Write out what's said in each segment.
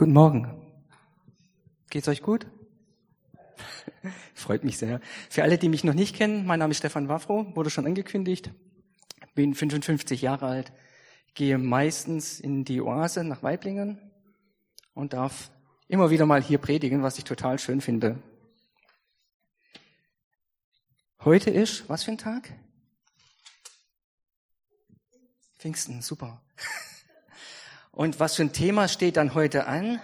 Guten Morgen. Geht's euch gut? Freut mich sehr. Für alle, die mich noch nicht kennen, mein Name ist Stefan Wawrow, wurde schon angekündigt. Bin 55 Jahre alt, gehe meistens in die Oase nach Waiblingen und darf immer wieder mal hier predigen, was ich total schön finde. Heute ist, was für ein Tag? Pfingsten, super. Und was für ein Thema steht dann heute an?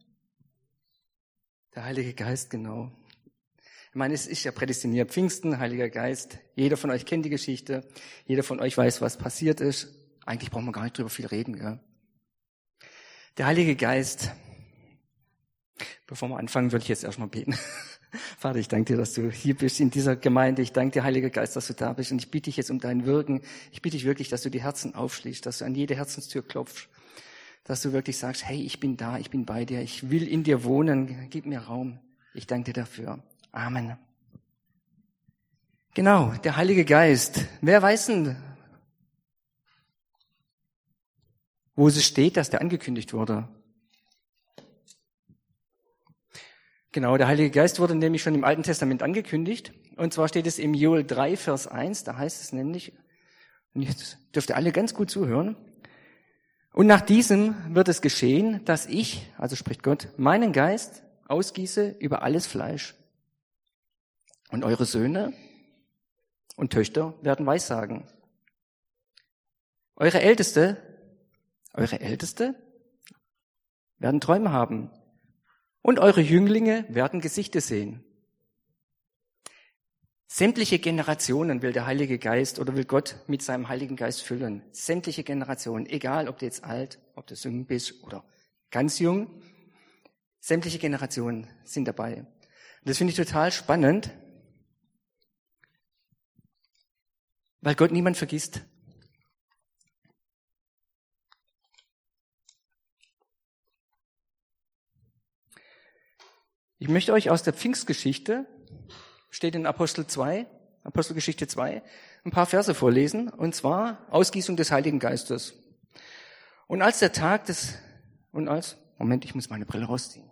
Der Heilige Geist, genau. Ich meine, es ist ja prädestiniert. Pfingsten, Heiliger Geist. Jeder von euch kennt die Geschichte. Jeder von euch weiß, was passiert ist. Eigentlich brauchen wir gar nicht drüber viel reden, gell? Der Heilige Geist. Bevor wir anfangen, würde ich jetzt erstmal beten. Vater, ich danke dir, dass du hier bist in dieser Gemeinde. Ich danke dir, Heiliger Geist, dass du da bist. Und ich bitte dich jetzt um dein Wirken. Ich bitte dich wirklich, dass du die Herzen aufschließt, dass du an jede Herzenstür klopfst. Dass du wirklich sagst, hey, ich bin da, ich bin bei dir, ich will in dir wohnen, gib mir Raum. Ich danke dir dafür. Amen. Genau, der Heilige Geist. Wer weiß denn, wo es steht, dass der angekündigt wurde? Genau, der Heilige Geist wurde nämlich schon im Alten Testament angekündigt. Und zwar steht es im Joel 3, Vers 1, da heißt es nämlich, und jetzt dürft ihr alle ganz gut zuhören, und nach diesem wird es geschehen, dass ich, also spricht Gott, meinen Geist ausgieße über alles Fleisch. Und eure Söhne und Töchter werden Weissagen. Eure Älteste werden Träume haben. Und eure Jünglinge werden Gesichter sehen. Sämtliche Generationen will der Heilige Geist oder will Gott mit seinem Heiligen Geist füllen. Sämtliche Generationen, egal ob du jetzt alt, ob du jung bist oder ganz jung. Sämtliche Generationen sind dabei. Und das finde ich total spannend, weil Gott niemand vergisst. Ich möchte euch aus der Pfingstgeschichte, steht in Apostelgeschichte 2, ein paar Verse vorlesen, und zwar Ausgießung des Heiligen Geistes. Und als der Tag ich muss meine Brille rausziehen.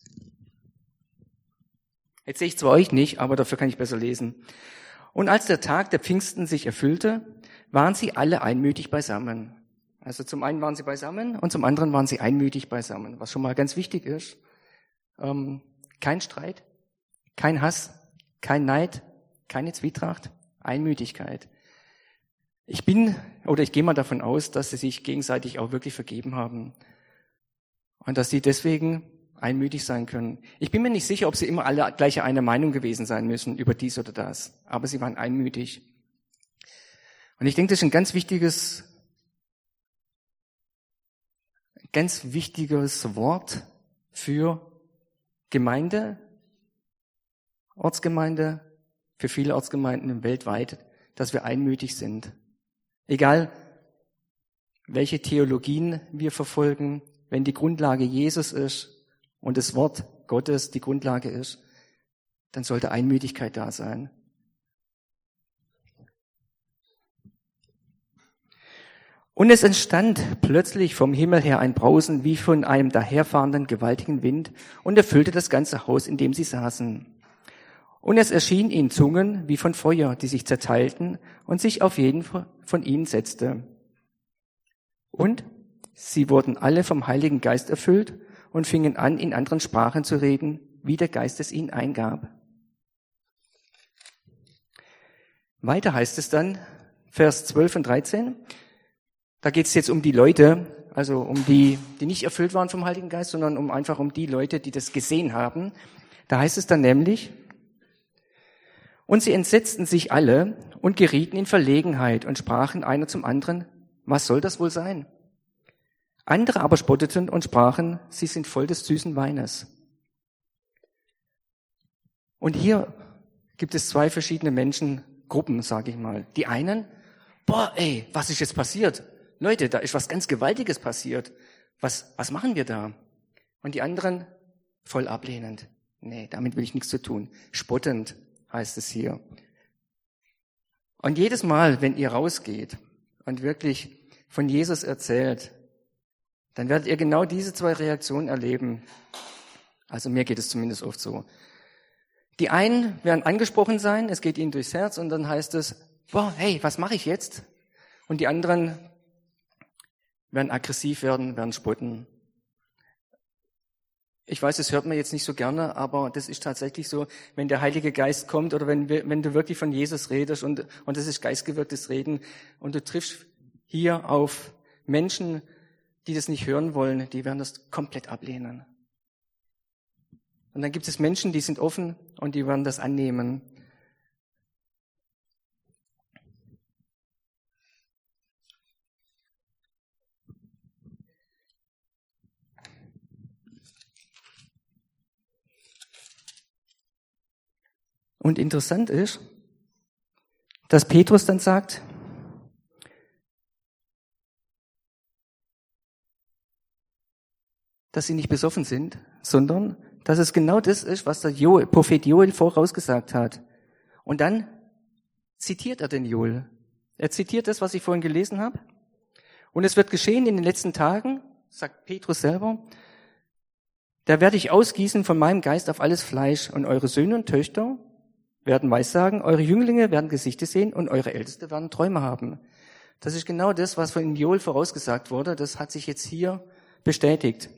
Jetzt sehe ich zwar euch nicht, aber dafür kann ich besser lesen. Und als der Tag der Pfingsten sich erfüllte, waren sie alle einmütig beisammen. Also zum einen waren sie beisammen und zum anderen waren sie einmütig beisammen, was schon mal ganz wichtig ist. Kein Streit, kein Hass, kein Neid, keine Zwietracht, Einmütigkeit. Ich gehe mal davon aus, dass sie sich gegenseitig auch wirklich vergeben haben und dass sie deswegen einmütig sein können. Ich bin mir nicht sicher, ob sie immer alle gleicher einer Meinung gewesen sein müssen über dies oder das, aber sie waren einmütig. Und ich denke, das ist ein ganz wichtiges Wort für Gemeinde, Ortsgemeinde, für viele Ortsgemeinden weltweit, dass wir einmütig sind. Egal, welche Theologien wir verfolgen, wenn die Grundlage Jesus ist und das Wort Gottes die Grundlage ist, dann sollte Einmütigkeit da sein. Und es entstand plötzlich vom Himmel her ein Brausen wie von einem daherfahrenden gewaltigen Wind und erfüllte das ganze Haus, in dem sie saßen. Und es erschienen ihnen Zungen wie von Feuer, die sich zerteilten und sich auf jeden von ihnen setzte. Und sie wurden alle vom Heiligen Geist erfüllt und fingen an, in anderen Sprachen zu reden, wie der Geist es ihnen eingab. Weiter heißt es dann, Vers 12 und 13, da geht es jetzt um die Leute, also um die nicht erfüllt waren vom Heiligen Geist, sondern um die Leute, die das gesehen haben. Da heißt es dann nämlich, und sie entsetzten sich alle und gerieten in Verlegenheit und sprachen einer zum anderen, was soll das wohl sein? Andere aber spotteten und sprachen, sie sind voll des süßen Weines. Und hier gibt es zwei verschiedene Menschengruppen, sage ich mal. Die einen, was ist jetzt passiert? Leute, da ist was ganz Gewaltiges passiert. Was machen wir da? Und die anderen, voll ablehnend. Nee, damit will ich nichts zu tun. Spottend heißt es hier. Und jedes Mal, wenn ihr rausgeht und wirklich von Jesus erzählt, dann werdet ihr genau diese zwei Reaktionen erleben. Also mir geht es zumindest oft so. Die einen werden angesprochen sein, es geht ihnen durchs Herz und dann heißt es, boah, hey, was mache ich jetzt? Und die anderen werden aggressiv werden spotten. Ich weiß, das hört man jetzt nicht so gerne, aber das ist tatsächlich so, wenn der Heilige Geist kommt oder wenn du wirklich von Jesus redest und das ist geistgewirktes Reden und du triffst hier auf Menschen, die das nicht hören wollen, die werden das komplett ablehnen. Und dann gibt es Menschen, die sind offen und die werden das annehmen. Und interessant ist, dass Petrus dann sagt, dass sie nicht besoffen sind, sondern dass es genau das ist, was der Prophet Joel vorausgesagt hat. Und dann zitiert er den Joel. Er zitiert das, was ich vorhin gelesen habe. Und es wird geschehen in den letzten Tagen, sagt Petrus selber, da werde ich ausgießen von meinem Geist auf alles Fleisch und eure Söhne und Töchter werden Weissagen, eure Jünglinge werden Gesichter sehen und eure Älteste werden Träume haben. Das ist genau das, was von Joel vorausgesagt wurde. Das hat sich jetzt hier bestätigt.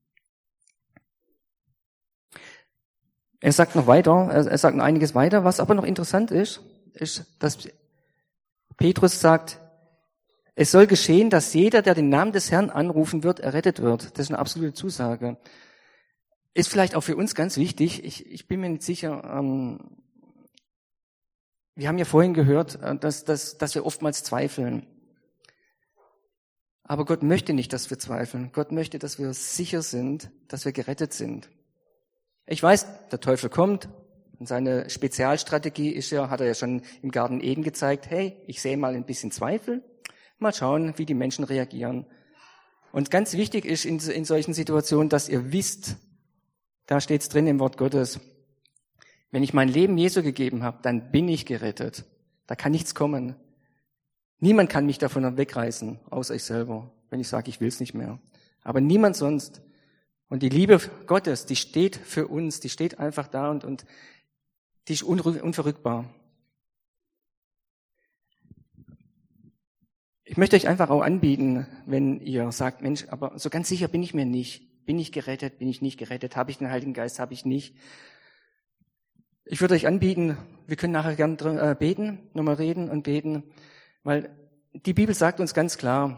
Er sagt noch weiter, er sagt noch einiges weiter. Was aber noch interessant ist, dass Petrus sagt, es soll geschehen, dass jeder, der den Namen des Herrn anrufen wird, errettet wird. Das ist eine absolute Zusage. Ist vielleicht auch für uns ganz wichtig. Ich bin mir nicht sicher, wir haben ja vorhin gehört, dass wir oftmals zweifeln. Aber Gott möchte nicht, dass wir zweifeln. Gott möchte, dass wir sicher sind, dass wir gerettet sind. Ich weiß, der Teufel kommt und seine Spezialstrategie ist ja, hat er ja schon im Garten Eden gezeigt, hey, ich sehe mal ein bisschen Zweifel, mal schauen, wie die Menschen reagieren. Und ganz wichtig ist in solchen Situationen, dass ihr wisst, da steht's drin im Wort Gottes, wenn ich mein Leben Jesu gegeben habe, dann bin ich gerettet. Da kann nichts kommen. Niemand kann mich davon wegreißen, außer ich selber, wenn ich sage, ich will's nicht mehr. Aber niemand sonst. Und die Liebe Gottes, die steht für uns, die steht einfach da und die ist unverrückbar. Ich möchte euch einfach auch anbieten, wenn ihr sagt, Mensch, aber so ganz sicher bin ich mir nicht. Bin ich gerettet, bin ich nicht gerettet? Habe ich den Heiligen Geist, habe ich nicht? Ich würde euch anbieten, wir können nachher gerne beten, nochmal reden und beten, weil die Bibel sagt uns ganz klar,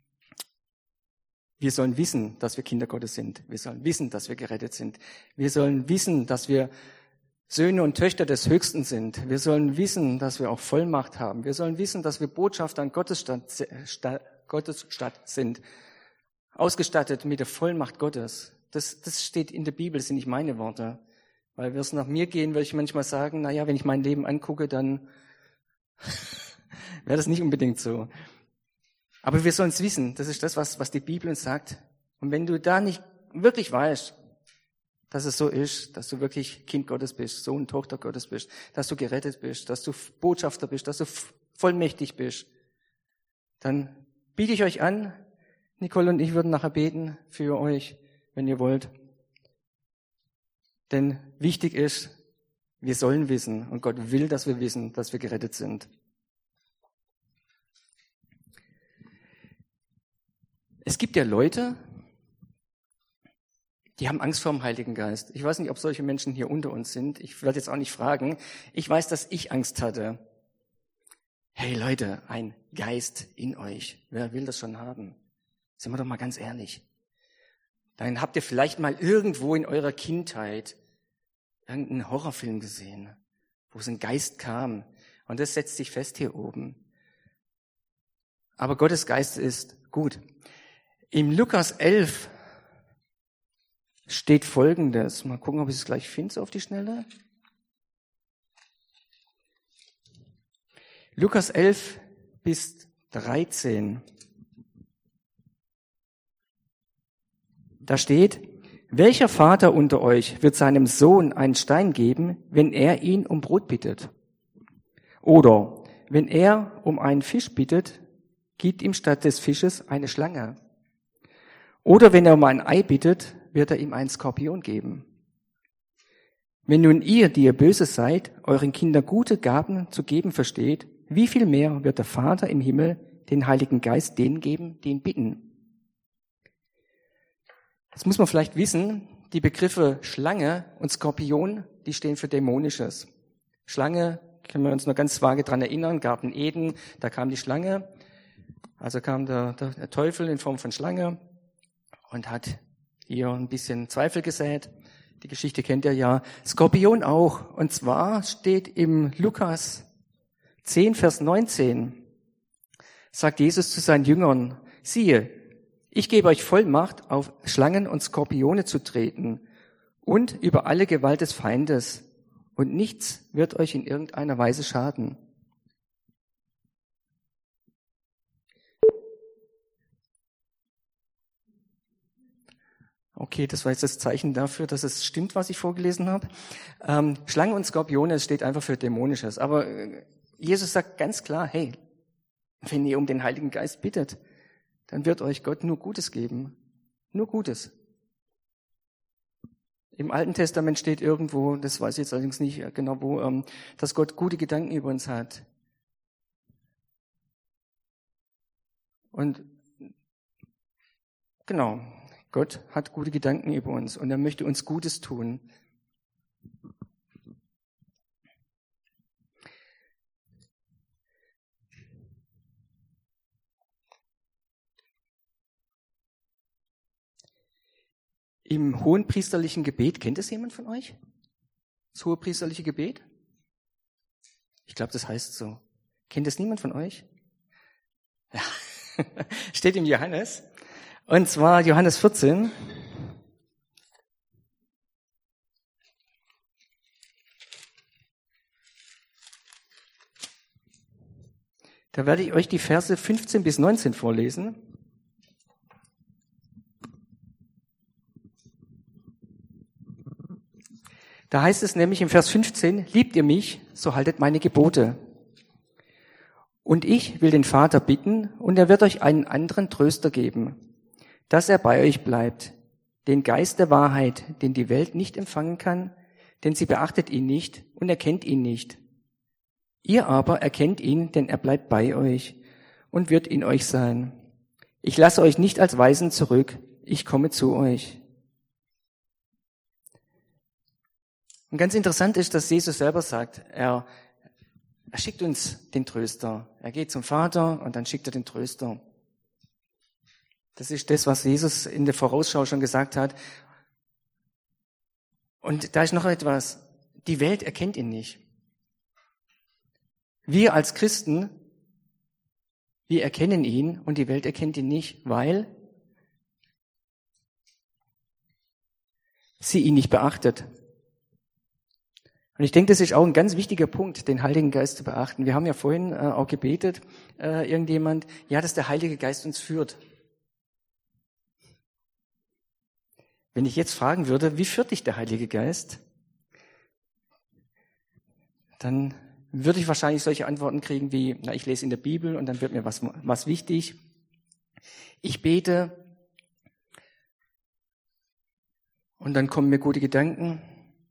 wir sollen wissen, dass wir Kinder Gottes sind. Wir sollen wissen, dass wir gerettet sind. Wir sollen wissen, dass wir Söhne und Töchter des Höchsten sind. Wir sollen wissen, dass wir auch Vollmacht haben. Wir sollen wissen, dass wir Botschafter an Gottes Stadt sind. Ausgestattet mit der Vollmacht Gottes. Das steht in der Bibel, das sind nicht meine Worte. Weil wir es nach mir gehen, würde ich manchmal sagen, naja, wenn ich mein Leben angucke, dann wäre das nicht unbedingt so. Aber wir sollen es wissen, das ist das, was die Bibel uns sagt. Und wenn du da nicht wirklich weißt, dass es so ist, dass du wirklich Kind Gottes bist, Sohn, Tochter Gottes bist, dass du gerettet bist, dass du Botschafter bist, dass du vollmächtig bist, dann biete ich euch an, Nicole und ich würden nachher beten für euch, wenn ihr wollt. Denn wichtig ist, wir sollen wissen und Gott will, dass wir wissen, dass wir gerettet sind. Es gibt ja Leute, die haben Angst vor dem Heiligen Geist. Ich weiß nicht, ob solche Menschen hier unter uns sind. Ich werde jetzt auch nicht fragen. Ich weiß, dass ich Angst hatte. Hey Leute, ein Geist in euch. Wer will das schon haben? Sind wir doch mal ganz ehrlich. Dann habt ihr vielleicht mal irgendwo in eurer Kindheit irgendeinen Horrorfilm gesehen, wo so ein Geist kam. Und das setzt sich fest hier oben. Aber Gottes Geist ist gut. Im Lukas 11 steht Folgendes. Mal gucken, ob ich es gleich finde, so auf die Schnelle. Lukas 11 bis 13. Da steht, welcher Vater unter euch wird seinem Sohn einen Stein geben, wenn er ihn um Brot bittet? Oder wenn er um einen Fisch bittet, gibt ihm statt des Fisches eine Schlange? Oder wenn er um ein Ei bittet, wird er ihm einen Skorpion geben. Wenn nun ihr, die ihr böse seid, euren Kindern gute Gaben zu geben versteht, wie viel mehr wird der Vater im Himmel den Heiligen Geist denen geben, die ihn bitten? Das muss man vielleicht wissen, die Begriffe Schlange und Skorpion, die stehen für Dämonisches. Schlange, können wir uns noch ganz vage dran erinnern, Garten Eden, da kam die Schlange, also kam der Teufel in Form von Schlange und hat hier ein bisschen Zweifel gesät. Die Geschichte kennt ihr ja. Skorpion auch. Und zwar steht im Lukas 10, Vers 19, sagt Jesus zu seinen Jüngern, siehe, ich gebe euch Vollmacht, auf Schlangen und Skorpione zu treten und über alle Gewalt des Feindes, und nichts wird euch in irgendeiner Weise schaden. Okay, das war jetzt das Zeichen dafür, dass es stimmt, was ich vorgelesen habe. Schlangen und Skorpione, es steht einfach für Dämonisches. Aber Jesus sagt ganz klar, hey, wenn ihr um den Heiligen Geist bittet, dann wird euch Gott nur Gutes geben. Nur Gutes. Im Alten Testament steht irgendwo, das weiß ich jetzt allerdings nicht genau wo, dass Gott gute Gedanken über uns hat. Und genau, Gott hat gute Gedanken über uns und er möchte uns Gutes tun. Im hohenpriesterlichen Gebet, kennt es jemand von euch? Das hohepriesterliche Gebet? Ich glaube, das heißt so. Kennt es niemand von euch? Ja, steht im Johannes. Und zwar Johannes 14. Da werde ich euch die Verse 15 bis 19 vorlesen. Da heißt es nämlich im Vers 15, liebt ihr mich, so haltet meine Gebote. Und ich will den Vater bitten, und er wird euch einen anderen Tröster geben, dass er bei euch bleibt, den Geist der Wahrheit, den die Welt nicht empfangen kann, denn sie beachtet ihn nicht und erkennt ihn nicht. Ihr aber erkennt ihn, denn er bleibt bei euch und wird in euch sein. Ich lasse euch nicht als Waisen zurück, ich komme zu euch. Und ganz interessant ist, dass Jesus selber sagt, er schickt uns den Tröster. Er geht zum Vater und dann schickt er den Tröster. Das ist das, was Jesus in der Vorausschau schon gesagt hat. Und da ist noch etwas. Die Welt erkennt ihn nicht. Wir als Christen, wir erkennen ihn und die Welt erkennt ihn nicht, weil sie ihn nicht beachtet. Und ich denke, das ist auch ein ganz wichtiger Punkt, den Heiligen Geist zu beachten. Wir haben ja vorhin auch gebetet, irgendjemand, ja, dass der Heilige Geist uns führt. Wenn ich jetzt fragen würde, wie führt dich der Heilige Geist? Dann würde ich wahrscheinlich solche Antworten kriegen wie, na, ich lese in der Bibel und dann wird mir was wichtig. Ich bete und dann kommen mir gute Gedanken.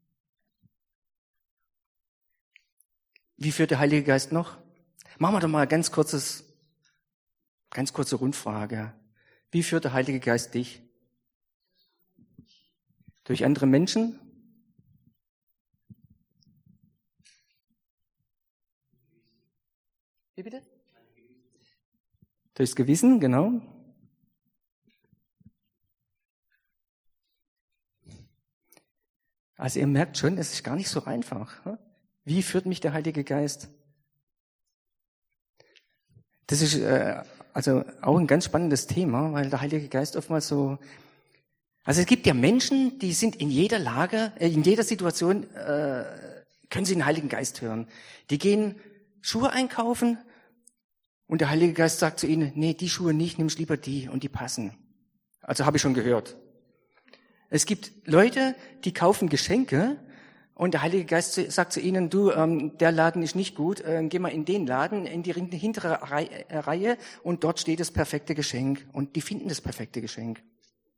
Wie führt der Heilige Geist noch? Machen wir doch mal ganz kurze Rundfrage. Wie führt der Heilige Geist dich? Durch andere Menschen? Wie bitte? Durchs Gewissen, genau. Also ihr merkt schon, es ist gar nicht so einfach. Wie führt mich der Heilige Geist? Das ist also auch ein ganz spannendes Thema, weil der Heilige Geist oftmals so... Also es gibt ja Menschen, die sind in jeder Lage, in jeder Situation, können sie den Heiligen Geist hören. Die gehen Schuhe einkaufen und der Heilige Geist sagt zu ihnen, nee, die Schuhe nicht, nimmst lieber die und die passen. Also habe ich schon gehört. Es gibt Leute, die kaufen Geschenke und der Heilige Geist sagt zu ihnen, du, der Laden ist nicht gut, geh mal in den Laden, in die hintere Reihe und dort steht das perfekte Geschenk und die finden das perfekte Geschenk.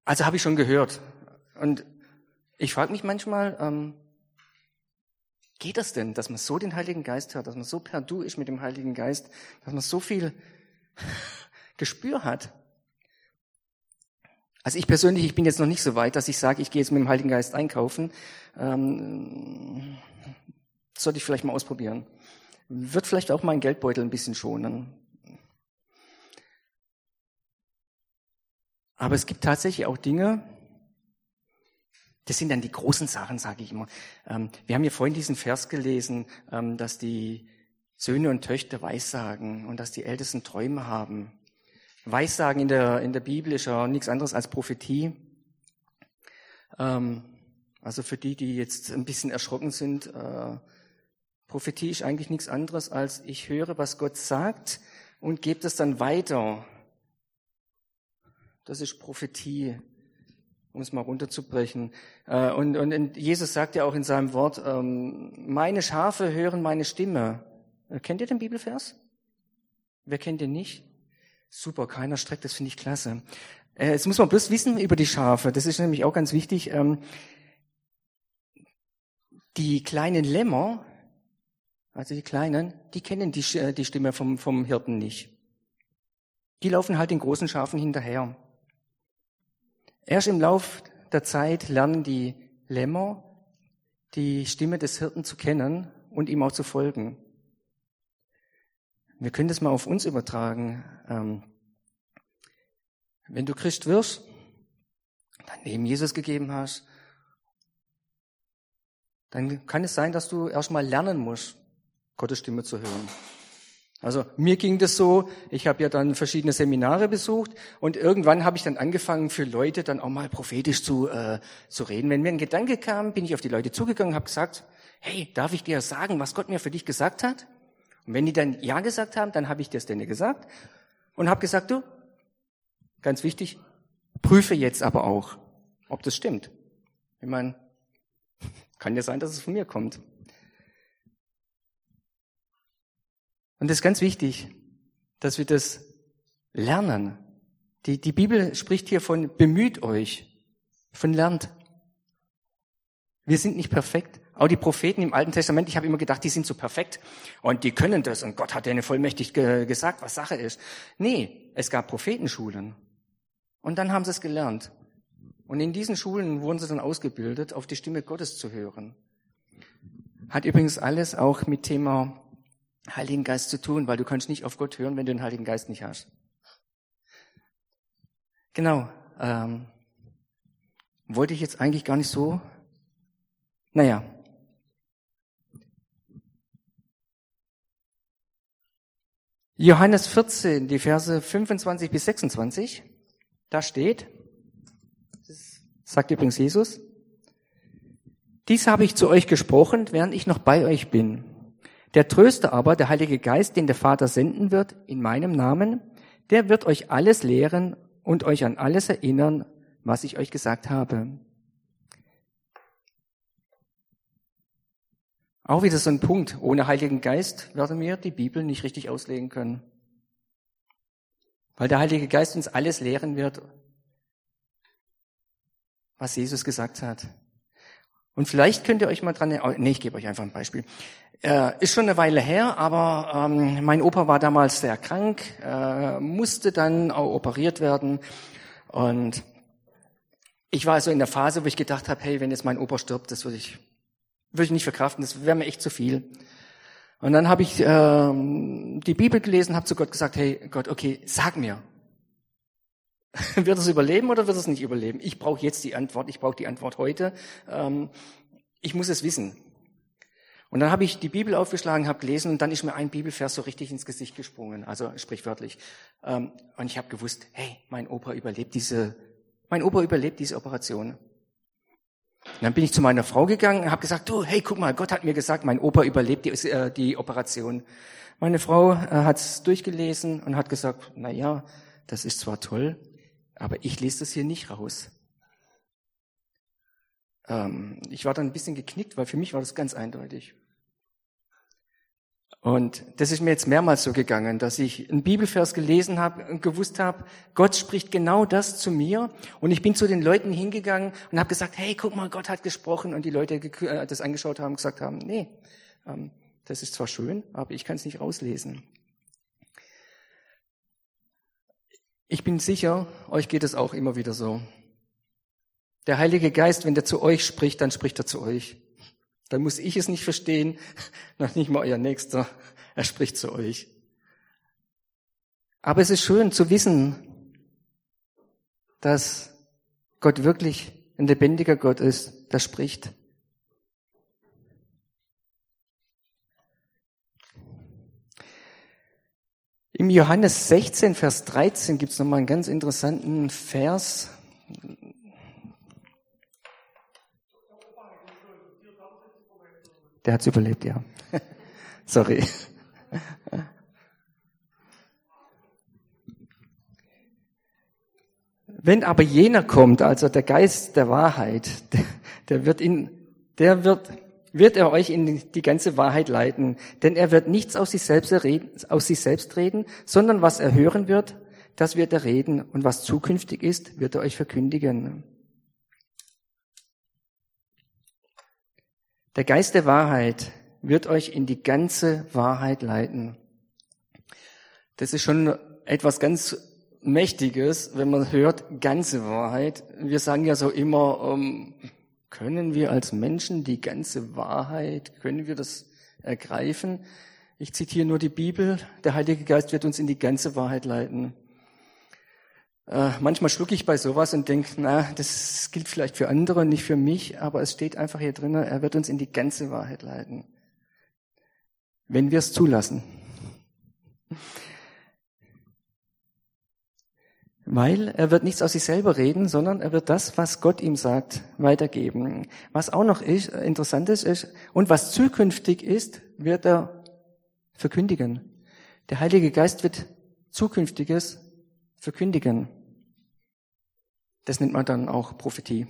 Also habe ich schon gehört. Und ich frage mich manchmal, geht das denn, dass man so den Heiligen Geist hört, dass man so per Du ist mit dem Heiligen Geist, dass man so viel Gespür hat? Also ich persönlich, ich bin jetzt noch nicht so weit, dass ich sage, ich gehe jetzt mit dem Heiligen Geist einkaufen. Sollte ich vielleicht mal ausprobieren. Wird vielleicht auch meinen Geldbeutel ein bisschen schonen. Aber es gibt tatsächlich auch Dinge, das sind dann die großen Sachen, sage ich immer. Wir haben ja vorhin diesen Vers gelesen, dass die Söhne und Töchter Weissagen und dass die Ältesten Träume haben. Weissagen in der Bibel ist ja nichts anderes als Prophetie. Also für die jetzt ein bisschen erschrocken sind, Prophetie ist eigentlich nichts anderes als ich höre, was Gott sagt und gebe das dann weiter. Das ist Prophetie, um es mal runterzubrechen. Und Jesus sagt ja auch in seinem Wort, meine Schafe hören meine Stimme. Kennt ihr den Bibelvers? Wer kennt den nicht? Super, keiner streckt, das finde ich klasse. Jetzt muss man bloß wissen über die Schafe, das ist nämlich auch ganz wichtig. Die kleinen Lämmer, also die Kleinen, die kennen die Stimme vom Hirten nicht. Die laufen halt den großen Schafen hinterher. Erst im Lauf der Zeit lernen die Lämmer die Stimme des Hirten zu kennen und ihm auch zu folgen. Wir können das mal auf uns übertragen. Wenn du Christ wirst, dein Leben Jesus gegeben hast, dann kann es sein, dass du erstmal lernen musst, Gottes Stimme zu hören. Also mir ging das so, ich habe ja dann verschiedene Seminare besucht und irgendwann habe ich dann angefangen, für Leute dann auch mal prophetisch zu reden. Wenn mir ein Gedanke kam, bin ich auf die Leute zugegangen und habe gesagt, hey, darf ich dir sagen, was Gott mir für dich gesagt hat? Und wenn die dann Ja gesagt haben, dann habe ich das denen gesagt und habe gesagt, du, ganz wichtig, prüfe jetzt aber auch, ob das stimmt. Ich meine, kann ja sein, dass es von mir kommt. Und das ist ganz wichtig, dass wir das lernen. Die Bibel spricht hier von bemüht euch, von lernt. Wir sind nicht perfekt. Auch die Propheten im Alten Testament, ich habe immer gedacht, die sind so perfekt und die können das und Gott hat denen vollmächtig gesagt, was Sache ist. Nee, es gab Prophetenschulen und dann haben sie es gelernt. Und in diesen Schulen wurden sie dann ausgebildet, auf die Stimme Gottes zu hören. Hat übrigens alles auch mit Thema Heiligen Geist zu tun, weil du kannst nicht auf Gott hören, wenn du den Heiligen Geist nicht hast. Genau. Wollte ich jetzt eigentlich gar nicht so. Naja. Johannes 14, die Verse 25 bis 26, da steht, das sagt übrigens Jesus, dies habe ich zu euch gesprochen, während ich noch bei euch bin. Der Tröster aber, der Heilige Geist, den der Vater senden wird, in meinem Namen, der wird euch alles lehren und euch an alles erinnern, was ich euch gesagt habe. Auch wieder so ein Punkt. Ohne Heiligen Geist werden wir die Bibel nicht richtig auslegen können. Weil der Heilige Geist uns alles lehren wird, was Jesus gesagt hat. Und vielleicht könnt ihr euch mal ich gebe euch einfach ein Beispiel. Ist schon eine Weile her, aber mein Opa war damals sehr krank, musste dann auch operiert werden. Und ich war also in der Phase, wo ich gedacht habe, hey, wenn jetzt mein Opa stirbt, das würde ich nicht verkraften, das wäre mir echt zu viel. Und dann habe ich die Bibel gelesen, habe zu Gott gesagt, hey Gott, okay, sag mir, wird es überleben oder wird es nicht überleben? Ich brauche jetzt die Antwort, ich brauche die Antwort heute. Ich muss es wissen. Und dann habe ich die Bibel aufgeschlagen, habe gelesen und dann ist mir ein Bibelvers so richtig ins Gesicht gesprungen, also sprichwörtlich. Und ich habe gewusst, hey, mein Opa überlebt diese Operation. Und dann bin ich zu meiner Frau gegangen und habe gesagt, du, hey, guck mal, Gott hat mir gesagt, mein Opa überlebt die Operation. Meine Frau hat es durchgelesen und hat gesagt, na ja, das ist zwar toll, aber ich lese das hier nicht raus. Ich war dann ein bisschen geknickt, weil für mich war das ganz eindeutig. Und das ist mir jetzt mehrmals so gegangen, dass ich einen Bibelvers gelesen habe und gewusst habe, Gott spricht genau das zu mir. Und ich bin zu den Leuten hingegangen und habe gesagt, hey, guck mal, Gott hat gesprochen. Und die Leute das angeschaut haben und gesagt haben, nee, das ist zwar schön, aber ich kann es nicht rauslesen. Ich bin sicher, euch geht es auch immer wieder so. Der Heilige Geist, wenn der zu euch spricht, dann spricht er zu euch. Dann muss ich es nicht verstehen, noch nicht mal euer Nächster, er spricht zu euch. Aber es ist schön zu wissen, dass Gott wirklich ein lebendiger Gott ist, der spricht. Im Johannes 16, Vers 13 gibt es nochmal einen ganz interessanten Vers. Der hat's überlebt, ja. Sorry. Wenn aber jener kommt, also der Geist der Wahrheit, wird er euch in die ganze Wahrheit leiten, denn er wird nichts aus sich selbst reden, sondern was er hören wird, das wird er reden, und was zukünftig ist, wird er euch verkündigen. Der Geist der Wahrheit wird euch in die ganze Wahrheit leiten. Das ist schon etwas ganz Mächtiges, wenn man hört, ganze Wahrheit. Wir sagen ja so immer, können wir als Menschen die ganze Wahrheit, können wir das ergreifen? Ich zitiere nur die Bibel, der Heilige Geist wird uns in die ganze Wahrheit leiten. Manchmal schlucke ich bei sowas und denke, das gilt vielleicht für andere, nicht für mich, aber es steht einfach hier drin, er wird uns in die ganze Wahrheit leiten, wenn wir es zulassen. Weil er wird nichts aus sich selber reden, sondern er wird das, was Gott ihm sagt, weitergeben. Was auch noch interessant ist, und was zukünftig ist, wird er verkündigen. Der Heilige Geist wird Zukünftiges verkündigen. Das nennt man dann auch Prophetie.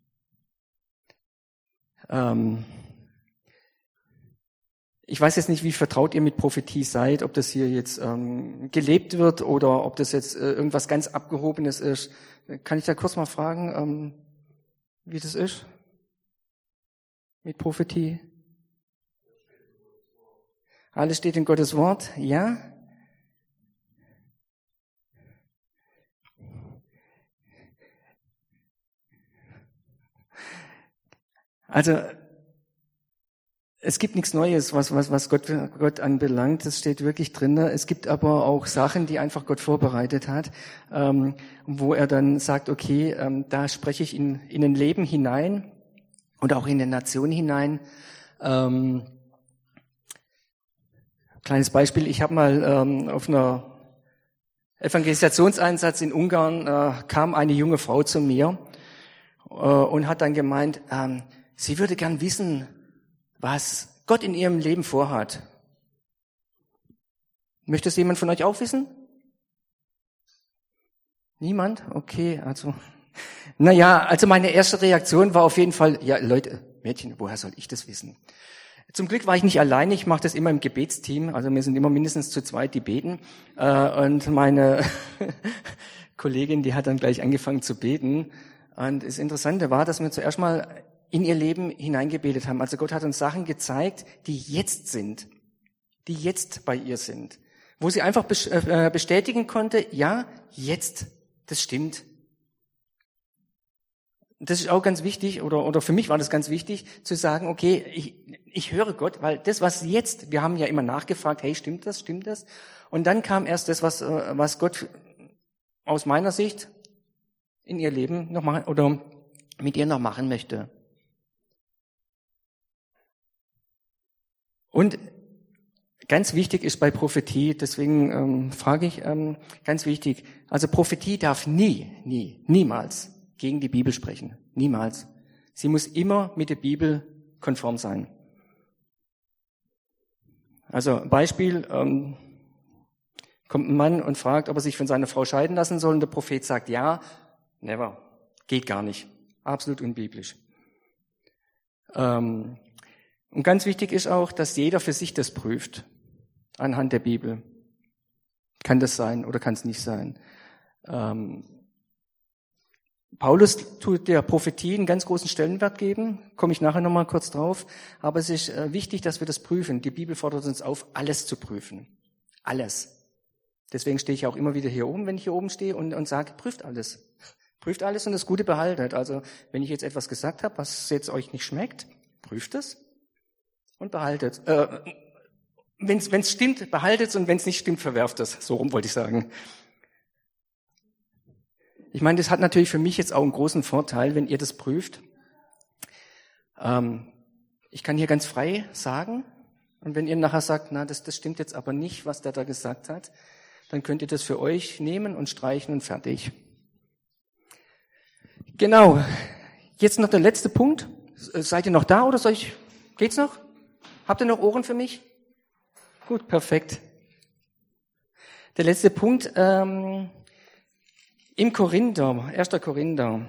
Ich weiß jetzt nicht, wie vertraut ihr mit Prophetie seid, ob das hier jetzt gelebt wird oder ob das jetzt irgendwas ganz Abgehobenes ist. Kann ich da kurz mal fragen, wie das ist mit Prophetie? Alles steht in Gottes Wort, ja? Also, es gibt nichts Neues, was Gott anbelangt. Das steht wirklich drin. Es gibt aber auch Sachen, die einfach Gott vorbereitet hat, wo er dann sagt, okay, da spreche ich in ein Leben hinein und auch in eine Nation hinein. Kleines Beispiel, ich habe mal auf einer Evangelisationseinsatz in Ungarn, kam eine junge Frau zu mir und hat dann gemeint, sie würde gern wissen, was Gott in ihrem Leben vorhat. Möchte es jemand von euch auch wissen? Niemand? Okay, also meine erste Reaktion war auf jeden Fall, ja Leute, Mädchen, woher soll ich das wissen? Zum Glück war ich nicht alleine, ich mache das immer im Gebetsteam, also wir sind immer mindestens zu zweit, die beten. Und meine Kollegin, die hat dann gleich angefangen zu beten. Und das Interessante war, dass wir zuerst mal in ihr Leben hineingebetet haben. Also Gott hat uns Sachen gezeigt, die jetzt sind, die jetzt bei ihr sind, wo sie einfach bestätigen konnte, ja, jetzt, das stimmt. Das ist auch ganz wichtig, oder für mich war das ganz wichtig, zu sagen, okay, ich höre Gott, weil das, was jetzt, wir haben ja immer nachgefragt, hey, stimmt das? Und dann kam erst das, was Gott aus meiner Sicht in ihr Leben noch machen, oder mit ihr noch machen möchte. Und ganz wichtig ist bei Prophetie, deswegen frage ich, ganz wichtig, also Prophetie darf niemals gegen die Bibel sprechen. Niemals. Sie muss immer mit der Bibel konform sein. Also Beispiel, kommt ein Mann und fragt, ob er sich von seiner Frau scheiden lassen soll, und der Prophet sagt, ja, never, geht gar nicht. Absolut unbiblisch. Und ganz wichtig ist auch, dass jeder für sich das prüft. anhand der Bibel. Kann das sein oder kann es nicht sein? Paulus tut der Prophetie einen ganz großen Stellenwert geben, komme ich nachher nochmal kurz drauf. Aber es ist wichtig, dass wir das prüfen. Die Bibel fordert uns auf, alles zu prüfen. Alles. Deswegen stehe ich auch immer wieder hier oben, wenn ich hier oben stehe und sage, prüft alles. Prüft alles und das Gute behaltet. Also wenn ich jetzt etwas gesagt habe, was jetzt euch nicht schmeckt, prüft es und behaltet. Wenn es stimmt, behaltet es und wenn es nicht stimmt, verwerft es. So rum wollte ich sagen. Ich meine, das hat natürlich für mich jetzt auch einen großen Vorteil, wenn ihr das prüft. Ich kann hier ganz frei sagen und wenn ihr nachher sagt, na, das stimmt jetzt aber nicht, was der da gesagt hat, dann könnt ihr das für euch nehmen und streichen und fertig. Genau. Jetzt noch der letzte Punkt. Seid ihr noch da oder geht's noch? Habt ihr noch Ohren für mich? Gut, perfekt. Der letzte Punkt, im Korinther, 1. Korinther.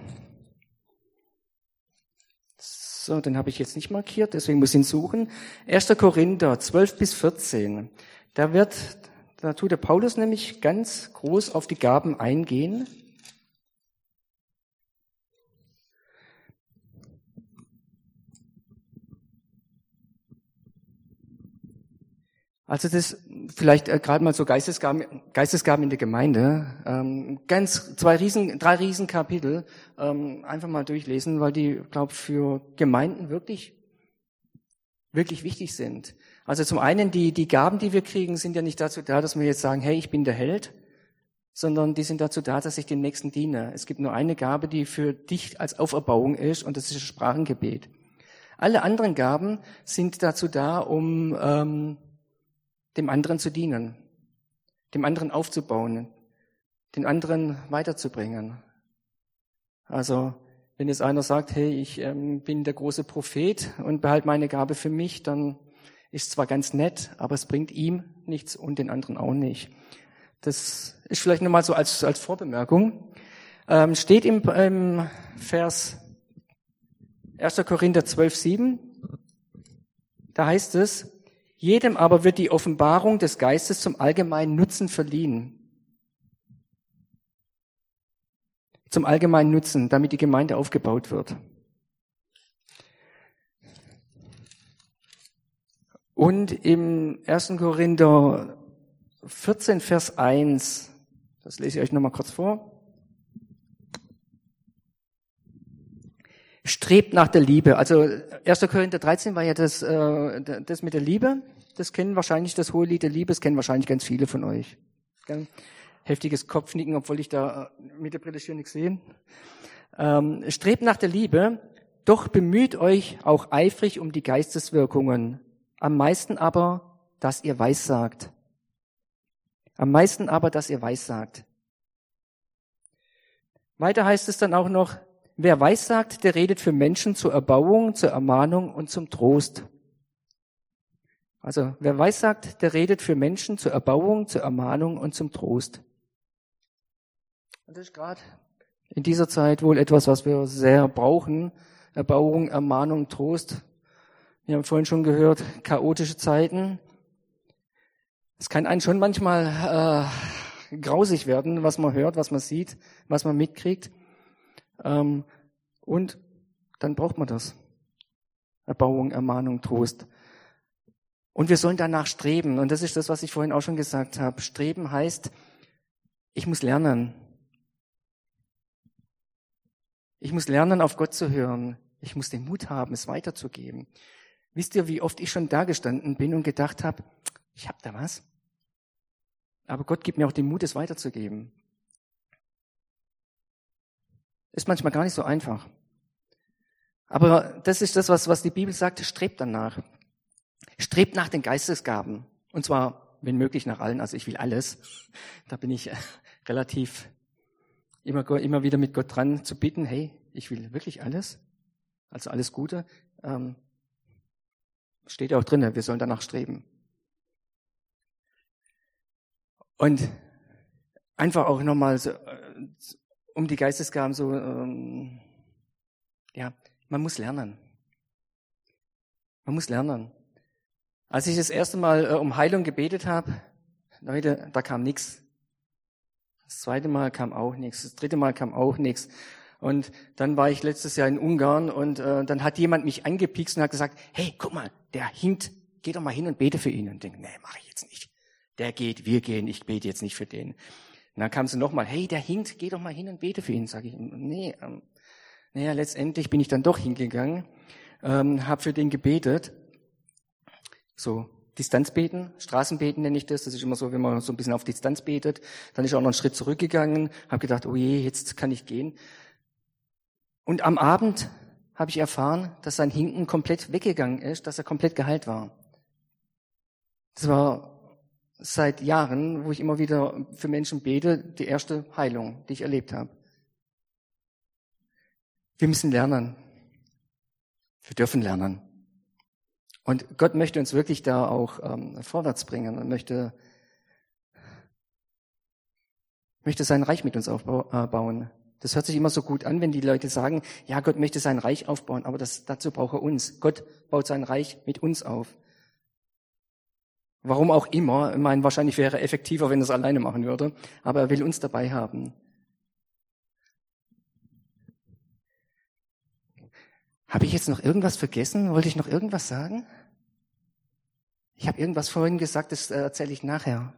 So, den habe ich jetzt nicht markiert, deswegen muss ich ihn suchen. 1. Korinther 12 bis 14. Da tut der Paulus nämlich ganz groß auf die Gaben eingehen. Also das vielleicht gerade mal so Geistesgaben in der Gemeinde. Drei Riesenkapitel einfach mal durchlesen, weil die, glaube ich, für Gemeinden wirklich wichtig sind. Also zum einen die Gaben, die wir kriegen, sind ja nicht dazu da, dass wir jetzt sagen, hey, ich bin der Held, sondern die sind dazu da, dass ich dem Nächsten diene. Es gibt nur eine Gabe, die für dich als Auferbauung ist, und das ist das Sprachengebet. Alle anderen Gaben sind dazu da, um dem anderen zu dienen, dem anderen aufzubauen, den anderen weiterzubringen. Also wenn jetzt einer sagt, hey, ich bin der große Prophet und behalte meine Gabe für mich, dann ist zwar ganz nett, aber es bringt ihm nichts und den anderen auch nicht. Das ist vielleicht nochmal so als Vorbemerkung. Steht im Vers 1. Korinther 12,7, da heißt es, jedem aber wird die Offenbarung des Geistes zum allgemeinen Nutzen verliehen. Zum allgemeinen Nutzen, damit die Gemeinde aufgebaut wird. Und im 1. Korinther 14, Vers 1, das lese ich euch nochmal kurz vor. Strebt nach der Liebe. Also 1. Korinther 13 war ja das mit der Liebe. Das kennen wahrscheinlich, das hohe Lied der Liebe, das kennen wahrscheinlich ganz viele von euch. Heftiges Kopfnicken, obwohl ich da mit der Brille schön nichts sehe. Strebt nach der Liebe, doch bemüht euch auch eifrig um die Geisteswirkungen. Am meisten aber, dass ihr weissagt. Am meisten aber, dass ihr weissagt. Weiter heißt es dann auch noch, wer weissagt, der redet für Menschen zur Erbauung, zur Ermahnung und zum Trost. Also, wer weissagt, der redet für Menschen zur Erbauung, zur Ermahnung und zum Trost. Und das ist gerade in dieser Zeit wohl etwas, was wir sehr brauchen. Erbauung, Ermahnung, Trost. Wir haben vorhin schon gehört, chaotische Zeiten. Es kann einen schon manchmal grausig werden, was man hört, was man sieht, was man mitkriegt. Und dann braucht man das. Erbauung, Ermahnung, Trost. Und wir sollen danach streben. Und das ist das, was ich vorhin auch schon gesagt habe. Streben heißt, ich muss lernen. Ich muss lernen, auf Gott zu hören. Ich muss den Mut haben, es weiterzugeben. Wisst ihr, wie oft ich schon da gestanden bin und gedacht habe, ich habe da was, aber Gott gibt mir auch den Mut, es weiterzugeben. Ist manchmal gar nicht so einfach. Aber das ist das, was die Bibel sagt, strebt danach. Strebt nach den Geistesgaben. Und zwar, wenn möglich, nach allen. Also ich will alles. Da bin ich relativ immer wieder mit Gott dran zu bitten, hey, ich will wirklich alles. Also alles Gute. Steht ja auch drin, wir sollen danach streben. Und einfach auch nochmal so, um die Geistesgaben so, man muss lernen. Man muss lernen. Als ich das erste Mal um Heilung gebetet habe, Leute, da kam nichts. Das zweite Mal kam auch nichts. Das dritte Mal kam auch nichts. Und dann war ich letztes Jahr in Ungarn und dann hat jemand mich angepiekst und hat gesagt, hey, guck mal, der hinkt, geh doch mal hin und bete für ihn. Und ich denke, nee, mache ich jetzt nicht. Der geht, wir gehen, ich bete jetzt nicht für den. Und dann kam sie nochmal, hey, der hinkt, geh doch mal hin und bete für ihn. Sag ich, nee, naja, letztendlich bin ich dann doch hingegangen, habe für den gebetet. So, Distanzbeten, Straßenbeten nenne ich das. Das ist immer so, wenn man so ein bisschen auf Distanz betet. Dann ist er auch noch einen Schritt zurückgegangen, habe gedacht, oh je, jetzt kann ich gehen. Und am Abend habe ich erfahren, dass sein Hinken komplett weggegangen ist, dass er komplett geheilt war. Das war seit Jahren, wo ich immer wieder für Menschen bete, die erste Heilung, die ich erlebt habe. Wir müssen lernen. Wir dürfen lernen. Und Gott möchte uns wirklich da auch vorwärts bringen und möchte sein Reich mit uns aufbauen. Das hört sich immer so gut an, wenn die Leute sagen, ja, Gott möchte sein Reich aufbauen, aber dazu braucht er uns. Gott baut sein Reich mit uns auf. Warum auch immer. Ich meine, wahrscheinlich wäre er effektiver, wenn er es alleine machen würde, aber er will uns dabei haben. Habe ich jetzt noch irgendwas vergessen? Wollte ich noch irgendwas sagen? Ich habe irgendwas vorhin gesagt, das erzähle ich nachher.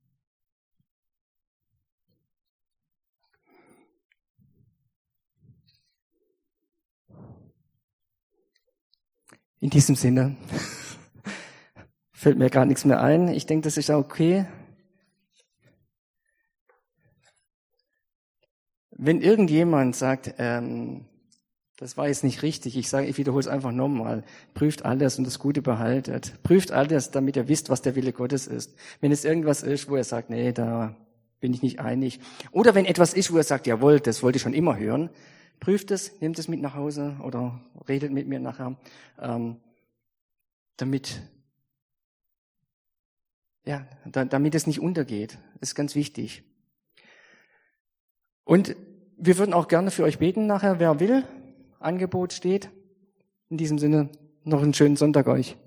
In diesem Sinne fällt mir gar nichts mehr ein. Ich denke, das ist okay. Wenn irgendjemand sagt, das war jetzt nicht richtig, ich wiederhole es einfach nochmal, prüft alles und das Gute behaltet. Prüft alles, damit ihr wisst, was der Wille Gottes ist. Wenn es irgendwas ist, wo er sagt, nee, da bin ich nicht einig. Oder wenn etwas ist, wo er sagt, jawohl, das wollte ich schon immer hören, prüft es, nehmt es mit nach Hause oder redet mit mir nachher, damit es nicht untergeht. Das ist ganz wichtig. Und wir würden auch gerne für euch beten nachher, wer will. Angebot steht. In diesem Sinne, noch einen schönen Sonntag euch.